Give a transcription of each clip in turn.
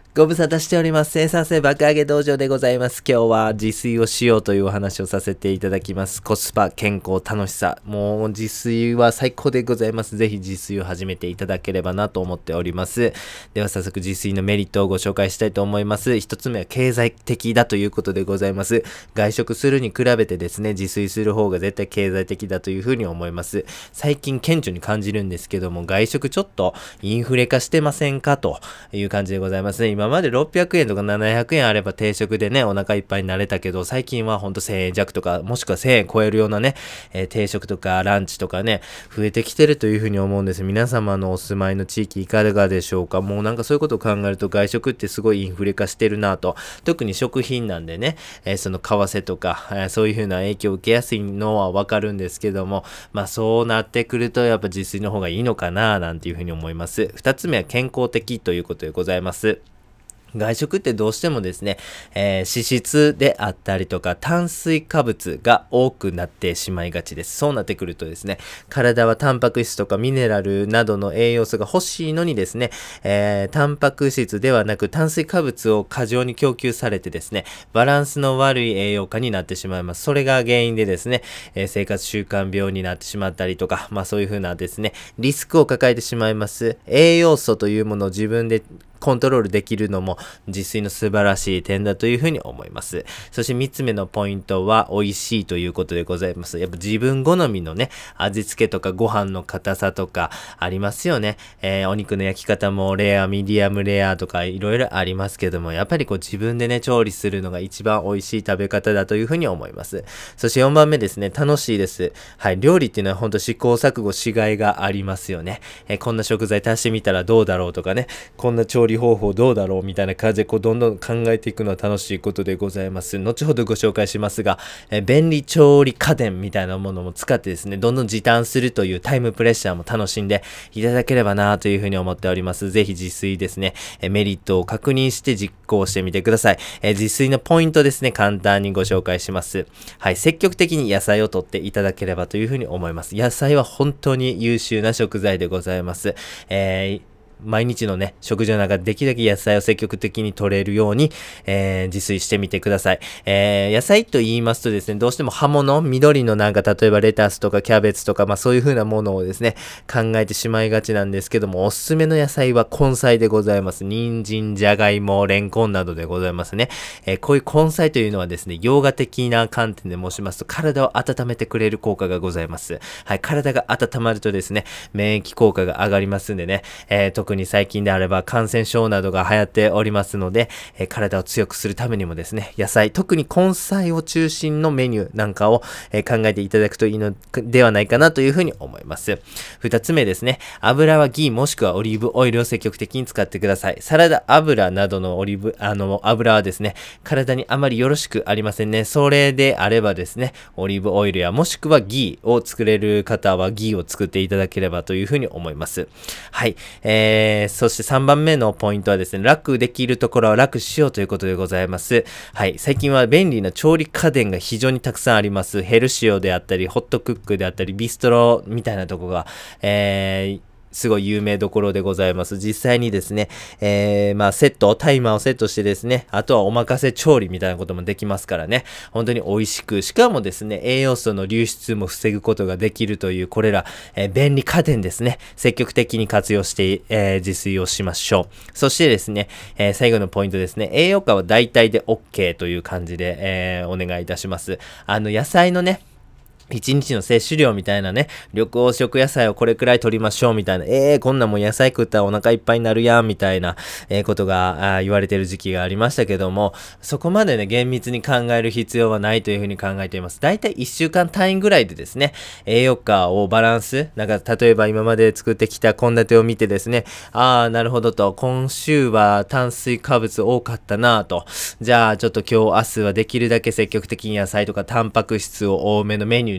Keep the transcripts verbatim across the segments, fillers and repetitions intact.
ご無沙汰しております。生産性爆上げ道場でございます。今日は自炊をしようというお話をさせていただきます。コスパ、健康、楽しさ。もう自炊は最高でございます。ぜひ自炊を始めていただければなと思っております。では早速自炊のメリットをご紹介したいと思います。一つ目は経済的だということでございます。外食するに比べてですね、自炊する方が絶対経済的だというふうに思います。最近顕著に感じるんですけども、外食ちょっとインフレ化してませんかという感じでございますね。今までろっぴゃくえんとかななひゃくえんあれば定食でね、お腹いっぱいになれたけど、最近はほんとせんえん弱とか、もしくはせんえん超えるようなね、えー、定食とかランチとかね、増えてきてるというふうに思うんです。皆様のお住まいの地域いかがでしょうか。もうなんかそういうことを考えると外食ってすごいインフレ化してるなと。特に食品なんでね、えー、その為替とか、えー、そういうふうな影響を受けやすいのはわかるんですけども、まあそうなってくるとやっぱ自炊の方がいいのかななんていうふうに思います。二つ目は健康的ということでございます。外食ってどうしてもですね、えー、脂質であったりとか炭水化物が多くなってしまいがちです。そうなってくるとですね、体はタンパク質とかミネラルなどの栄養素が欲しいのにですね、えー、タンパク質ではなく炭水化物を過剰に供給されてですね、バランスの悪い栄養価になってしまいます。それが原因でですね、えー、生活習慣病になってしまったりとか、まあそういう風なですね、リスクを抱えてしまいます。栄養素というものを自分でコントロールできるのも自炊の素晴らしい点だというふうに思います。そして三つ目のポイントは美味しいということでございます。やっぱ自分好みのね、味付けとかご飯の硬さとかありますよね。えー、お肉の焼き方もレア、ミディアムレアとかいろいろありますけども、やっぱりこう自分でね、調理するのが一番美味しい食べ方だというふうに思います。そしてよんばんめですね、楽しいです。はい、料理っていうのは本当試行錯誤しがいがありますよね。えー、こんな食材足してみたらどうだろうとかね、こんな調理方法どうだろうみたいな感じでこうどんどん考えていくのは楽しいことでございます。後ほどご紹介しますが、え便利調理家電みたいなものも使ってですね、どんどん時短するというタイムプレッシャーも楽しんでいただければなというふうに思っております。ぜひ自炊ですね、えメリットを確認して実行してみてください。え自炊のポイントですね、簡単にご紹介します。はい、積極的に野菜を摂っていただければというふうに思います。野菜は本当に優秀な食材でございます。えー毎日のね、食事の中でできるだけ野菜を積極的に摂れるように、えー、自炊してみてください。えー、野菜と言いますとですね、どうしても葉物、緑のなんか例えばレタスとかキャベツとか、まあそういう風なものをですね、考えてしまいがちなんですけども、おすすめの野菜は根菜でございます。人参、じゃがいも、レンコンなどでございますね。えー、こういう根菜というのはですね、洋画的な観点で申しますと、体を温めてくれる効果がございます。はい、体が温まるとですね、免疫効果が上がりますんでね、えー、特に最近であれば感染症などが流行っておりますので、えー、体を強くするためにもですね、野菜、特に根菜を中心のメニューなんかを、えー、考えていただくといいのではないかなというふうに思います。二つ目ですね、油はギーもしくはオリーブオイルを積極的に使ってください。サラダ油などのオリーブ、あの、油はですね、体にあまりよろしくありませんね。それであればですね、オリーブオイルやもしくはギーを作れる方はギーを作っていただければというふうに思います。はい。えーそしてさんばんめのポイントはですね、楽できるところは楽しようということでございます。はい。最近は便利な調理家電が非常にたくさんあります。ヘルシオであったり、ホットクックであったり、ビストロみたいなとこが、えー、すごい有名どころでございます。実際にですね、えー、まあセット、タイマーをセットしてですね、あとはお任せ調理みたいなこともできますからね、本当に美味しく、しかもですね、栄養素の流出も防ぐことができるという、これら、えー、便利家電ですね、積極的に活用して、えー、自炊をしましょう。そしてですね、えー、最後のポイントですね、栄養価は大体で OK という感じで、えー、お願いいたします。あの、野菜のね、一日の摂取量みたいなね、緑黄色野菜をこれくらい取りましょうみたいな、えー、こんなもん野菜食ったらお腹いっぱいになるやんみたいな、えー、ことがあ言われてる時期がありましたけども、そこまでね、厳密に考える必要はないというふうに考えています。だいたいいっしゅうかん単位ぐらいでですね、栄養価をバランス、なんか例えば今まで作ってきた献立を見てですね、あー、なるほどと、今週は炭水化物多かったなぁと、じゃあちょっと今日明日はできるだけ積極的に野菜とかタンパク質を多めのメニュー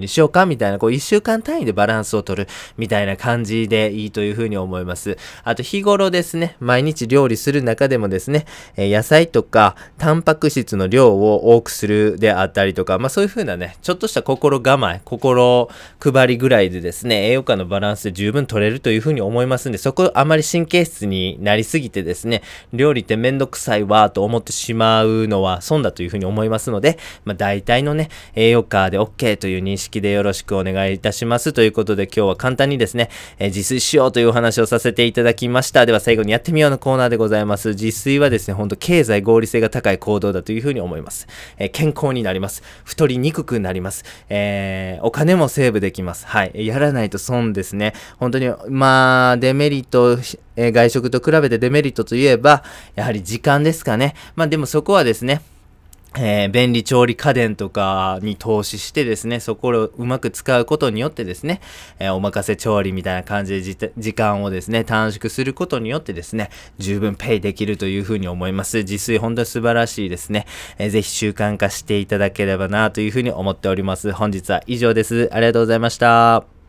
にしようかみたいな、こういっしゅうかん単位でバランスを取るみたいな感じでいいというふうに思います。あと日頃ですね、毎日料理する中でもですね、えー、野菜とかタンパク質の量を多くするであったりとか、まあそういうふうなね、ちょっとした心構え、心配りぐらいでですね、栄養価のバランスで十分取れるというふうに思いますんで、そこあまり神経質になりすぎてですね、料理ってめんどくさいわと思ってしまうのは損だというふうに思いますので、まあ大体のね、栄養価で OK という認識でよろしくお願いいたしますということで、今日は簡単にですね、えー、自炊しようというお話をさせていただきました。では最後にやってみようのコーナーでございます。自炊はですね、ほんと経済合理性が高い行動だというふうに思います。えー、健康になります。太りにくくなります。えー、お金もセーブできます。はい。やらないと損ですね。本当に、まあ、デメリット、えー、外食と比べてデメリットといえば、やはり時間ですかね。まあでもそこはですね、えー、便利調理家電とかに投資してですね、そこをうまく使うことによってですね、えー、お任せ調理みたいな感じでじ時間をですね、短縮することによってですね、十分ペイできるというふうに思います。自炊本当に素晴らしいですね。えー、ぜひ習慣化していただければなというふうに思っております。本日は以上です。ありがとうございました。